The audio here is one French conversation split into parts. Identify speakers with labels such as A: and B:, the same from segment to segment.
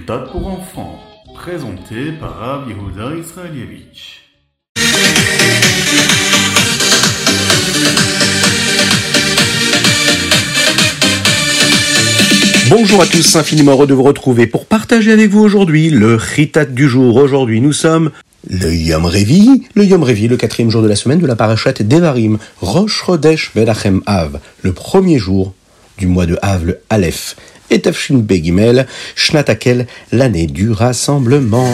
A: Ritat pour enfants, présenté par Rav Yehuda Israelievich.
B: Bonjour à tous, infiniment heureux de vous retrouver pour partager avec vous aujourd'hui le Ritat du jour. Aujourd'hui, nous sommes le Yom Revi, le quatrième jour de la semaine de la Parashat Devarim, Rosh Chodesh Velachem Av, le premier jour du mois de Av, le Aleph, et Tafshin Begimel, Shnatakel, l'année du rassemblement.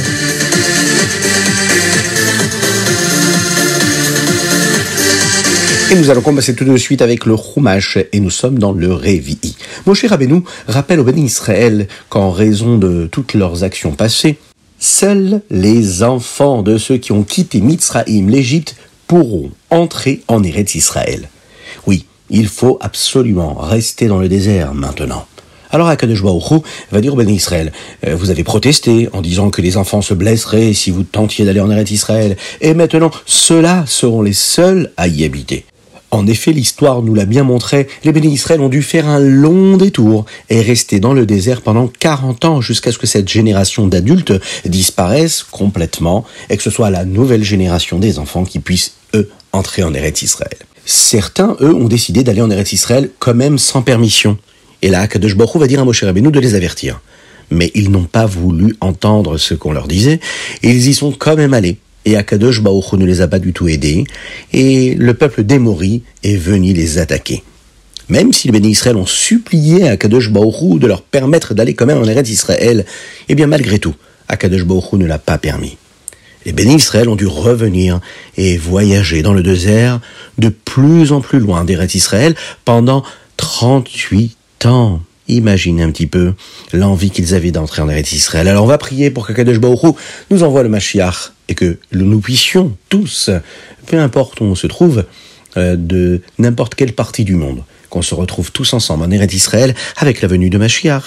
B: Et nous allons commencer tout de suite avec le Chumash, et nous sommes dans le Revi'i. Moshe Rabbeinu rappelle au Béni Israël qu'en raison de toutes leurs actions passées, seuls les enfants de ceux qui ont quitté Mitzraïm, l'Égypte, pourront entrer en Eretz Israël. Oui, il faut absolument rester dans le désert maintenant. Alors Akadosh Baruch Hu va dire au Béni Israël, vous avez protesté en disant que les enfants se blesseraient si vous tentiez d'aller en Eretz Israël, et maintenant ceux-là seront les seuls à y habiter. En effet, l'histoire nous l'a bien montré, les Béni Israël ont dû faire un long détour et rester dans le désert pendant 40 ans jusqu'à ce que cette génération d'adultes disparaisse complètement et que ce soit la nouvelle génération des enfants qui puissent, eux, entrer en Eretz Israël. Certains, eux, ont décidé d'aller en Eretz Israël quand même sans permission. Et là, Akadosh Baruch Hu va dire à Moshe Rabbeinu de les avertir. Mais ils n'ont pas voulu entendre ce qu'on leur disait, et ils y sont quand même allés. Et Akadosh Baruch Hu ne les a pas du tout aidés, et le peuple d'Émori est venu les attaquer. Même si les Béni Israël ont supplié à Akadosh Baruch Hu de leur permettre d'aller quand même en Eretz Israël, eh bien malgré tout, Akadosh Baruch Hu ne l'a pas permis. Les Béni Israël ont dû revenir et voyager dans le désert de plus en plus loin d'Eretz Israël pendant 38 ans. Imaginez un petit peu l'envie qu'ils avaient d'entrer en Eretz Israël. Alors on va prier pour qu'Akadosh Baruch Hu nous envoie le Mashiach et que nous puissions tous, peu importe où on se trouve, de n'importe quelle partie du monde, qu'on se retrouve tous ensemble en Eretz Israël avec la venue de Mashiach.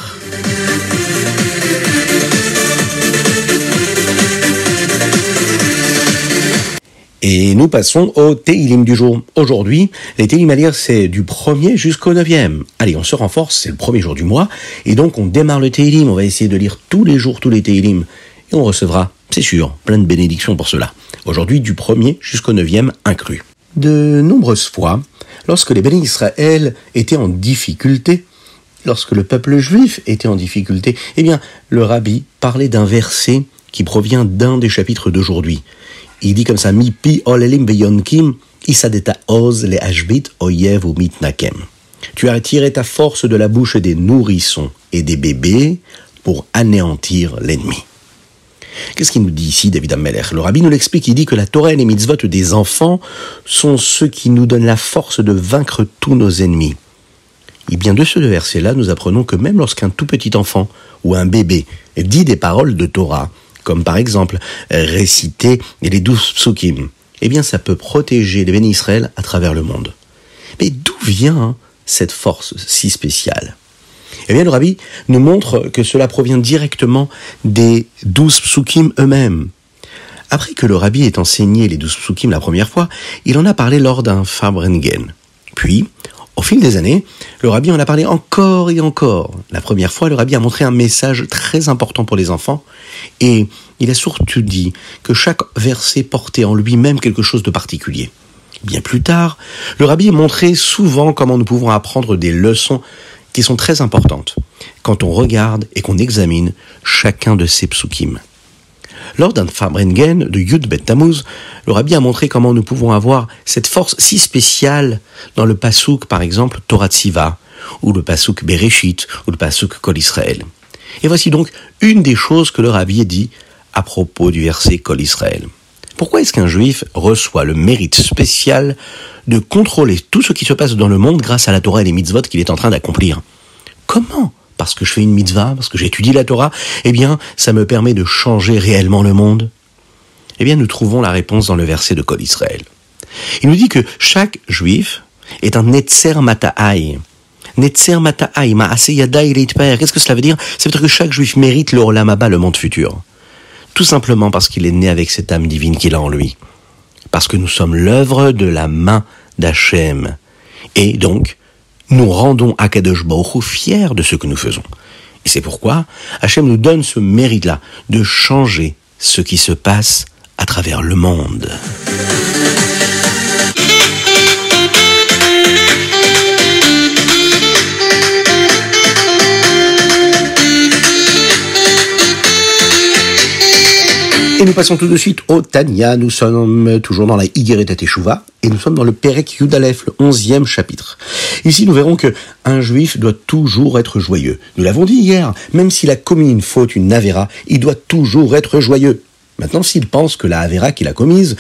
B: Et nous passons au Teilim du jour. Aujourd'hui, les Teilim à lire, c'est du 1er jusqu'au 9e. Allez, on se renforce, c'est le premier jour du mois, et donc on démarre le Teilim, on va essayer de lire tous les jours tous les Teilim, et on recevra, c'est sûr, plein de bénédictions pour cela. Aujourd'hui, du 1er jusqu'au 9e inclus. De nombreuses fois, lorsque les Béni Israël étaient en difficulté, lorsque le peuple juif était en difficulté, eh bien, le Rabbi parlait d'un verset qui provient d'un des chapitres d'aujourd'hui. Il dit comme ça, Mi pi olelim beyonkim, isadeta oz le hashbit oyev ou mitnakem. Tu as tiré ta force de la bouche des nourrissons et des bébés pour anéantir l'ennemi. Qu'est-ce qu'il nous dit ici, David Ammelech? Le Rabbi nous l'explique, il dit que la Torah et les mitzvot des enfants sont ceux qui nous donnent la force de vaincre tous nos ennemis. Et bien de ce verset-là, nous apprenons que même lorsqu'un tout petit enfant ou un bébé dit des paroles de Torah, comme par exemple réciter les 12 psukim, eh bien ça peut protéger les Béni Israël à travers le monde. Mais d'où vient cette force si spéciale? Eh bien le Rabbi nous montre que cela provient directement des 12 psukim eux-mêmes. Après que le Rabbi ait enseigné les 12 psukim la première fois, il en a parlé lors d'un Farbrengen. Puis, au fil des années, le Rabbi en a parlé encore et encore. La première fois, le Rabbi a montré un message très important pour les enfants et il a surtout dit que chaque verset portait en lui-même quelque chose de particulier. Bien plus tard, le Rabbi a montré souvent comment nous pouvons apprendre des leçons qui sont très importantes quand on regarde et qu'on examine chacun de ces psukim. Lors d'un Farbrengen de Yud Bet Tammuz, le Rabbi a montré comment nous pouvons avoir cette force si spéciale dans le pasuk, par exemple, Torah Tziva, ou le pasuk Bereshit, ou le pasuk Kol Israël. Et voici donc une des choses que le Rabbi a dit à propos du verset Kol Israël. Pourquoi est-ce qu'un juif reçoit le mérite spécial de contrôler tout ce qui se passe dans le monde grâce à la Torah et les mitzvot qu'il est en train d'accomplir? Comment ? Parce que je fais une mitzvah, parce que j'étudie la Torah, eh bien, ça me permet de changer réellement le monde? Eh bien, nous trouvons la réponse dans le verset de Kol Israël. Il nous dit que chaque juif est un Netzer Mata'ai. Netzer Mata'ai, Ma'aseh Yadai Leitpaer. Qu'est-ce que cela veut dire? Ça veut dire que chaque juif mérite le Olam Haba, le monde futur. Tout simplement parce qu'il est né avec cette âme divine qu'il a en lui. Parce que nous sommes l'œuvre de la main d'Hachem. Et donc, nous rendons Akadosh Baruch Hu fiers de ce que nous faisons. Et c'est pourquoi Hachem nous donne ce mérite-là de changer ce qui se passe à travers le monde. Et nous passons tout de suite au Tanya. Nous sommes toujours dans la Igeret Teshuvah et nous sommes dans le Perek Yud Aleph, le 11e chapitre. Ici, nous verrons que un juif doit toujours être joyeux. Nous l'avons dit hier, même s'il a commis une faute, une avéra, il doit toujours être joyeux. Maintenant, s'il pense que la avéra qu'il a commise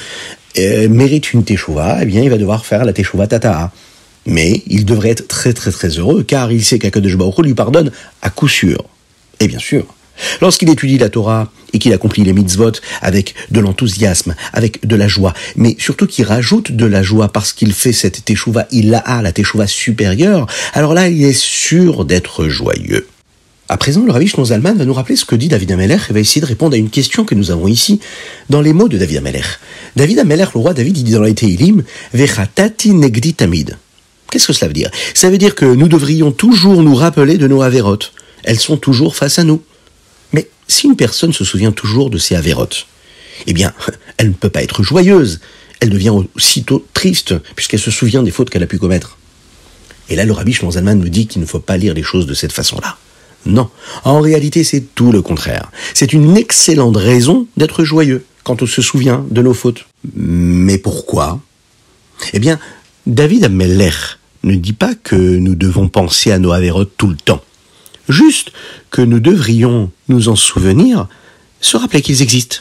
B: mérite une Teshuvah, eh bien, il va devoir faire la Teshuvah Tata'a. Mais il devrait être très très très heureux, car il sait qu'Akadosh Baruch Hu lui pardonne à coup sûr. Et bien sûr, lorsqu'il étudie la Torah et qu'il accomplit les mitzvot avec de l'enthousiasme, avec de la joie, mais surtout qu'il rajoute de la joie parce qu'il fait cette teshuva, il a la teshuva supérieure, alors là, il est sûr d'être joyeux. À présent, le Rabbi Shlomo Zalman va nous rappeler ce que dit David HaMelech et va essayer de répondre à une question que nous avons ici dans les mots de David HaMelech. David HaMelech, le roi David, il dit dans la Tehillim, Vechatati negdi tamid. Qu'est-ce que cela veut dire? Ça veut dire que nous devrions toujours nous rappeler de nos avérotes. Elles sont toujours face à nous. Mais si une personne se souvient toujours de ses avérotes, eh bien, elle ne peut pas être joyeuse. Elle devient aussitôt triste, puisqu'elle se souvient des fautes qu'elle a pu commettre. Et là, le Rabbi Shlomo Zalman nous dit qu'il ne faut pas lire les choses de cette façon-là. Non, en réalité, c'est tout le contraire. C'est une excellente raison d'être joyeux quand on se souvient de nos fautes. Mais pourquoi? Eh bien, David HaMelech ne dit pas que nous devons penser à nos avérotes tout le temps. Juste que nous devrions nous en souvenir, se rappeler qu'ils existent.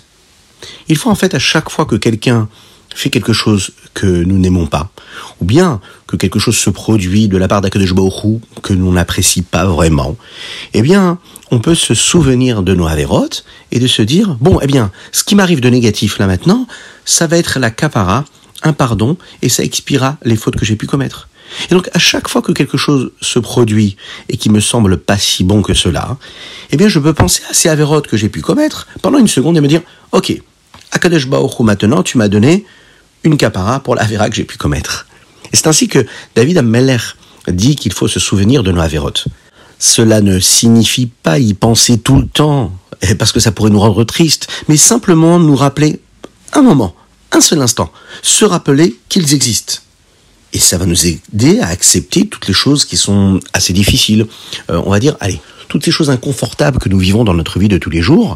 B: Il faut en fait à chaque fois que quelqu'un fait quelque chose que nous n'aimons pas, ou bien que quelque chose se produit de la part d'Akadosh Baruch Hu que nous n'apprécions pas vraiment, eh bien, on peut se souvenir de nos avérotes et de se dire, bon, eh bien, ce qui m'arrive de négatif là maintenant, ça va être la kapara, un pardon, et ça expiera les fautes que j'ai pu commettre. Et donc, à chaque fois que quelque chose se produit et qui me semble pas si bon que cela, eh bien, je peux penser à ces avérotes que j'ai pu commettre pendant une seconde et me dire, ok, Akadosh Baruch Hu, maintenant, tu m'as donné une kapara pour l'avéra que j'ai pu commettre. Et c'est ainsi que David HaMelech dit qu'il faut se souvenir de nos avérotes. Cela ne signifie pas y penser tout le temps, parce que ça pourrait nous rendre tristes, mais simplement nous rappeler un moment, un seul instant, se rappeler qu'ils existent. Et ça va nous aider à accepter toutes les choses qui sont assez difficiles. On va dire, allez, toutes ces choses inconfortables que nous vivons dans notre vie de tous les jours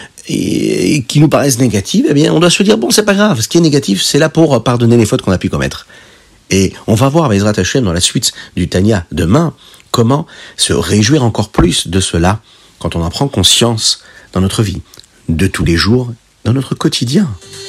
B: et qui nous paraissent négatives, eh bien, on doit se dire, bon, c'est pas grave, ce qui est négatif, c'est là pour pardonner les fautes qu'on a pu commettre. Et on va voir, Bezrat Hashem, dans la suite du Tanya demain, comment se réjouir encore plus de cela quand on en prend conscience dans notre vie, de tous les jours, dans notre quotidien.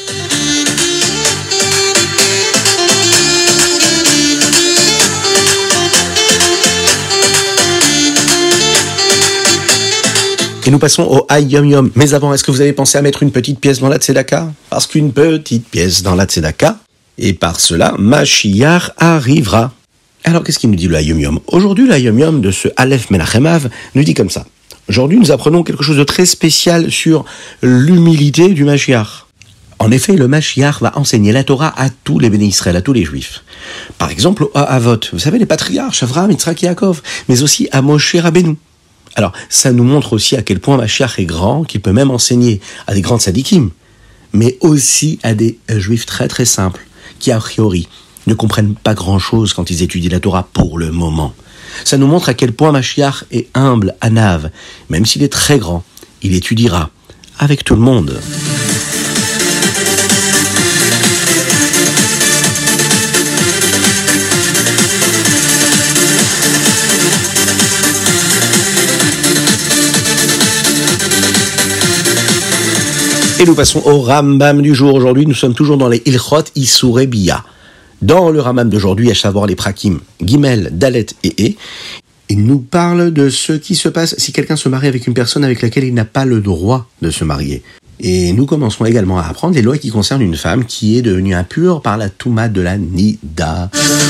B: Et nous passons au Hayom Yom. Mais avant, est-ce que vous avez pensé à mettre une petite pièce dans la Tzedaka? Parce qu'une petite pièce dans la Tzedaka, et par cela, Mashiach arrivera. Alors, qu'est-ce qu'il nous dit le Hayom Yom? Aujourd'hui, le Hayom Yom de ce Aleph Menachem Av nous dit comme ça. Aujourd'hui, nous apprenons quelque chose de très spécial sur l'humilité du Mashiach. En effet, le Mashiach va enseigner la Torah à tous les bénis Israël, à tous les Juifs. Par exemple, à Avot, vous savez, les patriarches, Avraham, Yitzhak et Yaakov, mais aussi à Moshe Rabbeinu. Alors, ça nous montre aussi à quel point Mashiach est grand, qu'il peut même enseigner à des grands tzadikim, mais aussi à des juifs très très simples, qui a priori ne comprennent pas grand-chose quand ils étudient la Torah pour le moment. Ça nous montre à quel point Mashiach est humble, anav, même s'il est très grand, il étudiera avec tout le monde. Et nous passons au Rambam du jour. Aujourd'hui, nous sommes toujours dans les Ilchot Isurei Bia. Dans le Rambam d'aujourd'hui, à savoir les Prakim, Gimel, Dalet et E, il nous parle de ce qui se passe si quelqu'un se marie avec une personne avec laquelle il n'a pas le droit de se marier. Et nous commençons également à apprendre les lois qui concernent une femme qui est devenue impure par la Touma de la Nida.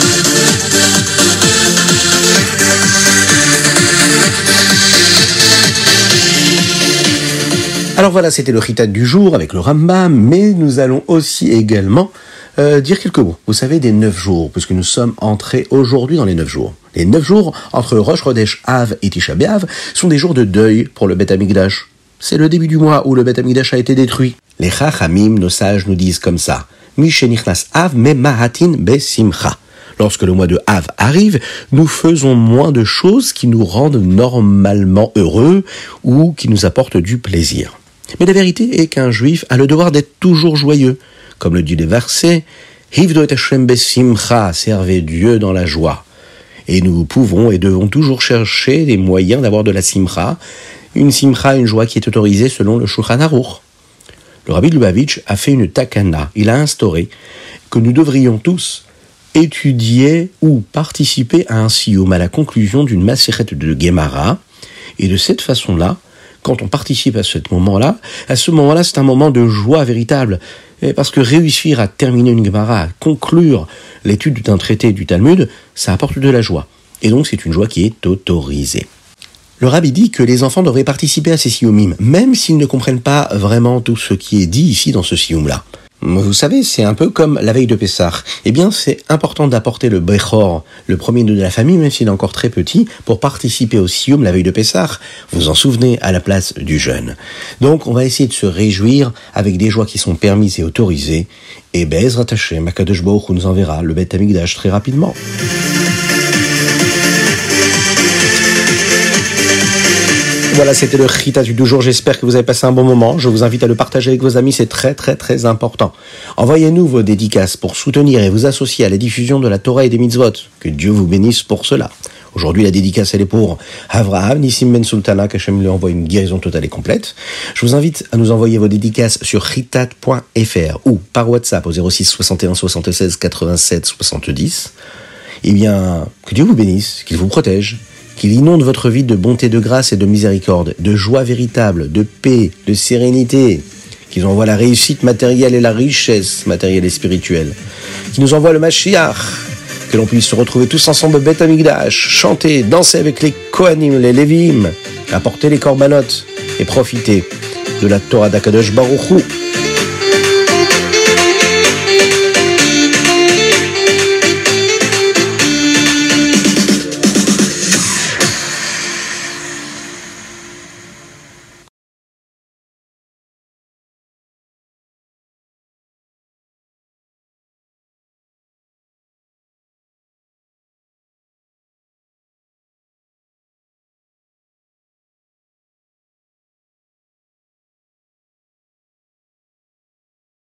B: Alors voilà, c'était le Chitat du jour avec le Rambam, mais nous allons aussi également dire quelques mots. Vous savez, des 9 jours, puisque nous sommes entrés aujourd'hui dans les 9 jours. Les 9 jours entre Rosh Chodesh Av et Tisha B'Av sont des jours de deuil pour le Beth Amikdash. C'est le début du mois où le Beth Amikdash a été détruit. Les Chachamim, nos sages, nous disent comme ça. Mi shenichnas Av memahatin besimcha. Lorsque le mois de Av arrive, nous faisons moins de choses qui nous rendent normalement heureux ou qui nous apportent du plaisir. Mais la vérité est qu'un juif a le devoir d'être toujours joyeux. Comme le dit le verset, Hivdo et Hashem besimcha, servez Dieu dans la joie. Et nous pouvons et devons toujours chercher des moyens d'avoir de la simcha. Une simcha, une joie qui est autorisée selon le Shulchan Aruch. Le Rabbi de Lubavitch a fait une takana. Il a instauré que nous devrions tous étudier ou participer à un siyum, à la conclusion d'une Masechet de Gemara. Et de cette façon-là, quand on participe à ce moment-là, c'est un moment de joie véritable. Parce que réussir à terminer une Gemara, à conclure l'étude d'un traité du Talmud, ça apporte de la joie. Et donc c'est une joie qui est autorisée. Le Rabbi dit que les enfants devraient participer à ces siyumim, même s'ils ne comprennent pas vraiment tout ce qui est dit ici dans ce siyum-là. Vous savez, c'est un peu comme la veille de Pessah. Eh bien, c'est important d'apporter le Bechor, le premier de la famille, même s'il est encore très petit, pour participer au siyum la veille de Pessah. Vous vous en souvenez, à la place du jeûne. Donc, on va essayer de se réjouir avec des joies qui sont permises et autorisées. Et Be'ezrat Hashem, Akadosh Baruch Hu nous enverra le Beth Amikdash très rapidement. Voilà, c'était le Chita du jour. J'espère que vous avez passé un bon moment. Je vous invite à le partager avec vos amis. C'est très, très, très important. Envoyez-nous vos dédicaces pour soutenir et vous associer à la diffusion de la Torah et des mitzvot. Que Dieu vous bénisse pour cela. Aujourd'hui, la dédicace, elle est pour Avraham Nissim Ben Sultana, qu'Hachem lui envoie une guérison totale et complète. Je vous invite à nous envoyer vos dédicaces sur chitat.fr ou par WhatsApp au 06 61 76 87 70. Eh bien, que Dieu vous bénisse, qu'il vous protège, qu'il inonde votre vie de bonté, de grâce et de miséricorde, de joie véritable, de paix, de sérénité, qu'il envoie la réussite matérielle et la richesse matérielle et spirituelle, qu'il nous envoie le Mashiach, que l'on puisse se retrouver tous ensemble au Beth Amikdash, chanter, danser avec les Kohanim, les Lévim, apporter les korbanot et profiter de la Torah d'Akadosh Baruch Hu.